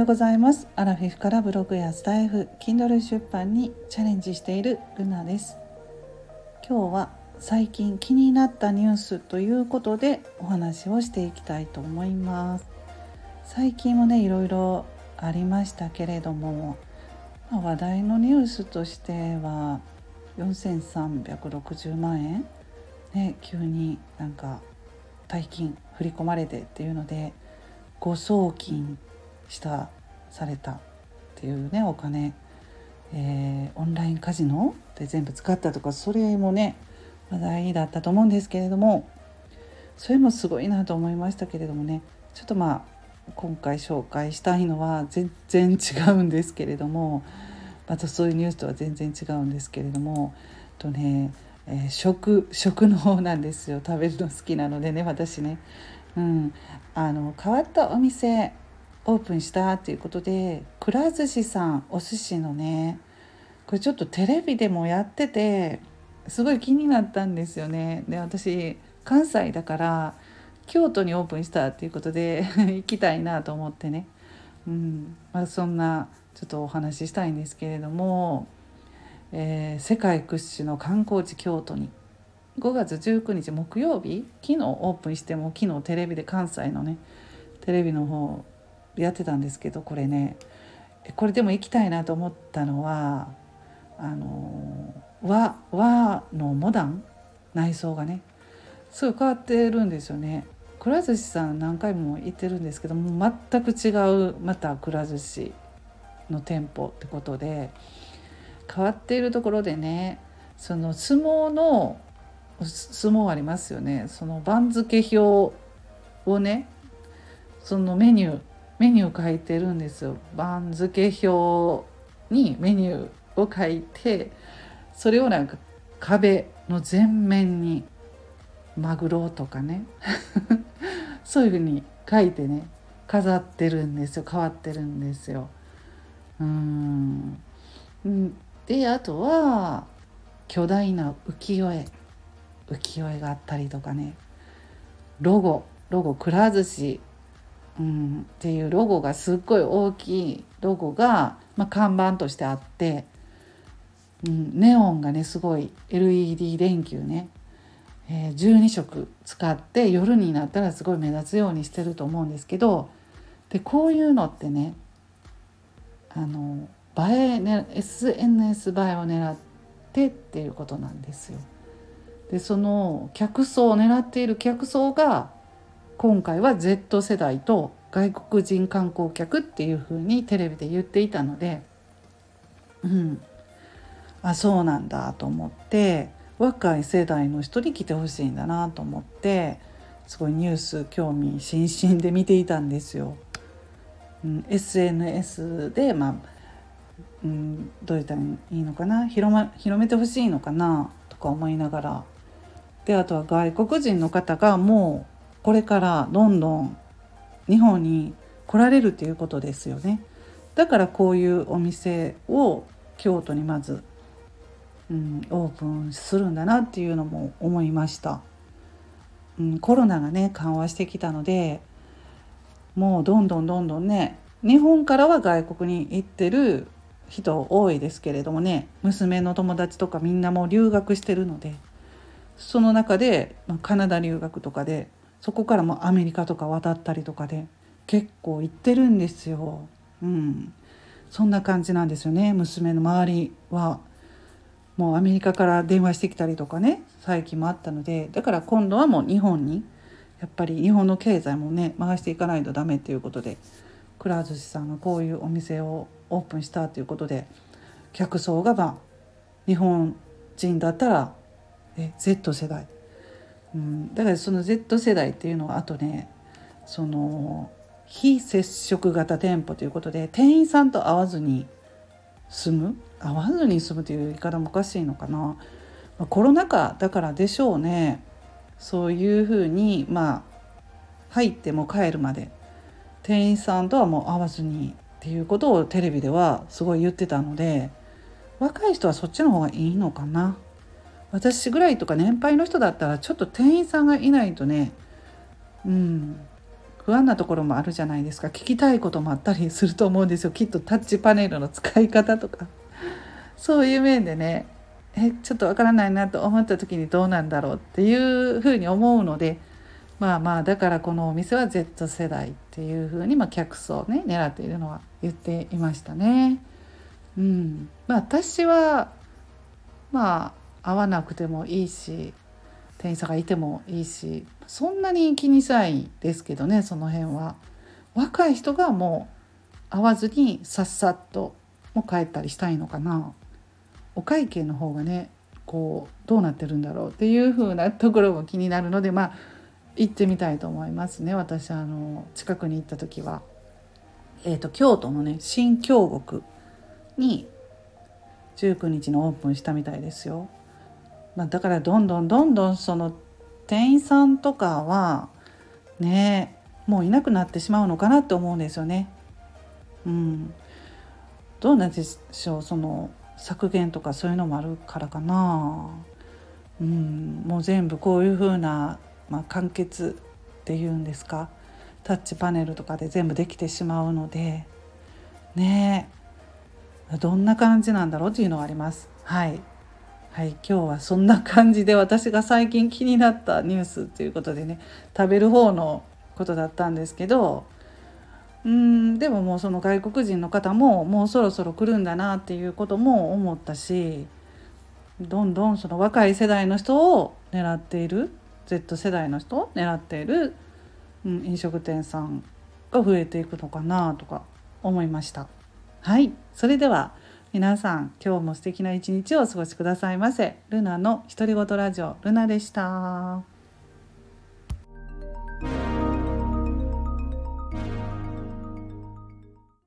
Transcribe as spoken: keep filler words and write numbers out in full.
ございます。アラフィフからブログやスタイフ、Kindle 出版にチャレンジしているルナです。今日は最近気になったニュースということでお話をしていきたいと思います。最近もねいろいろありましたけれども、まあ、話題のニュースとしてはよんせんさんびゃくろくじゅうまんえん、ね、急になんか大金振り込まれてっていうので誤送金したされたっていうねお金、えー、オンラインカジノで全部使ったとか、それもね話題だったと思うんですけれども、それもすごいなと思いましたけれどもね、ちょっとまあ今回紹介したいのは全然違うんですけれども、またそういうニュースとは全然違うんですけれどもとね、えー、食食の方なんですよ。食べるの好きなのでね私ね、うん、あの変わったお店オープンしたっていうことで、くら寿司さん、お寿司のね、これちょっとテレビでもやっててすごい気になったんですよね。で私関西だから京都にオープンしたっていうことで行きたいなと思ってね、うんまあ、そんなちょっとお話ししたいんですけれども、えー世界屈指の観光地京都にごがつじゅうくにち木曜日、昨日オープンして、も昨日テレビで関西のねテレビの方やってたんですけど、これねこれでも行きたいなと思ったのはあの和和のモダン、内装がねすごい変わってるんですよね。くら寿司さん何回も行ってるんですけども、全く違うまたくら寿司の店舗ってことで、変わっているところでね、その相撲の相撲ありますよね、その番付表をね、そのメニューメニュー書いてるんですよ。番付表にメニューを書いて、それをなんか壁の全面にマグロとかねそういう風に書いてね飾ってるんですよ。変わってるんですよ。うーんで、あとは巨大な浮世絵浮世絵があったりとかね、ロゴロゴくら寿司、うん、っていうロゴがすっごい大きいロゴが、まあ、看板としてあって、うん、ネオンがねすごい エルイーディー 電球ね、えー、じゅうにしょく使って夜になったらすごい目立つようにしてると思うんですけど、でこういうのってね、あの映え、ね、エスエヌエス 映えを狙ってっていうことなんですよ。でその客層を狙っている客層が今回は Z 世代と外国人観光客っていう風にテレビで言っていたので、うん、あそうなんだと思って、若い世代の人に来てほしいんだなと思って、すごいニュース興味津々で見ていたんですよ。うん、エスエヌエス で、まあうん、どう言ったらいいのかな、広ま、広めてほしいのかなとか思いながら、であとは外国人の方がもうこれからどんどん日本に来られるということですよね。だからこういうお店を京都にまず、うん、オープンするんだなっていうのも思いました。うん、コロナがね緩和してきたので、もうどんどんどんどんね、日本からは外国に行ってる人多いですけれどもね、娘の友達とかみんなもう留学してるので、その中で、まあ、カナダ留学とかで、そこからもアメリカとか渡ったりとかで結構行ってるんですよ。うん、そんな感じなんですよね。娘の周りはもうアメリカから電話してきたりとかね最近もあったので、だから今度はもう日本にやっぱり日本の経済もね回していかないとダメっていうことで、くら寿司さんがこういうお店をオープンしたということで、客層がまあ日本人だったらえ Z 世代、うん、だからその Z 世代っていうのはあとね、その非接触型店舗ということで、店員さんと会わずに住む会わずに住むという言い方もおかしいのかな、まあ、コロナ禍だからでしょうね。そういうふうにまあ入っても帰るまで店員さんとはもう会わずにっていうことをテレビではすごい言ってたので、若い人はそっちの方がいいのかな。私ぐらいとか年配の人だったらちょっと店員さんがいないとね、うん、 不安なところもあるじゃないですか。聞きたいこともあったりすると思うんですよ。きっとタッチパネルの使い方とかそういう面でね、えちょっとわからないなと思った時にどうなんだろうっていうふうに思うので、まあまあだからこのお店は Z 世代っていうふうに、まあ、客層をね狙っているのは言っていましたね。うん、まあ私はまあ会わなくてもいいし店員さんがいてもいいし、そんなに気にしないですけどね。その辺は若い人がもう会わずにさっさっともう帰ったりしたいのかな。お会計の方がねこうどうなってるんだろうっていう風なところも気になるので、まあ行ってみたいと思いますね。私あの近くに行った時は、えーと、京都のね新京極にじゅうくにちのオープンしたみたいですよ。まあ、だからどんどんどんどんその店員さんとかはねもういなくなってしまうのかなって思うんですよね。うん、どうなんでしょう。その削減とかそういうのもあるからかな。うん、もう全部こういう風な、まあ、完結っていうんですか、タッチパネルとかで全部できてしまうのでね、どんな感じなんだろうっていうのはあります。はいはい、今日はそんな感じで私が最近気になったニュースということでね、食べる方のことだったんですけど、うーんでももうその外国人の方ももうそろそろ来るんだなっていうことも思ったし、どんどんその若い世代の人を狙っている Z 世代の人を狙っている、うん、飲食店さんが増えていくのかなとか思いました。はい、それでは皆さん今日も素敵な一日をお過ごしくださいませ。ルナの独り言ラジオルナでした。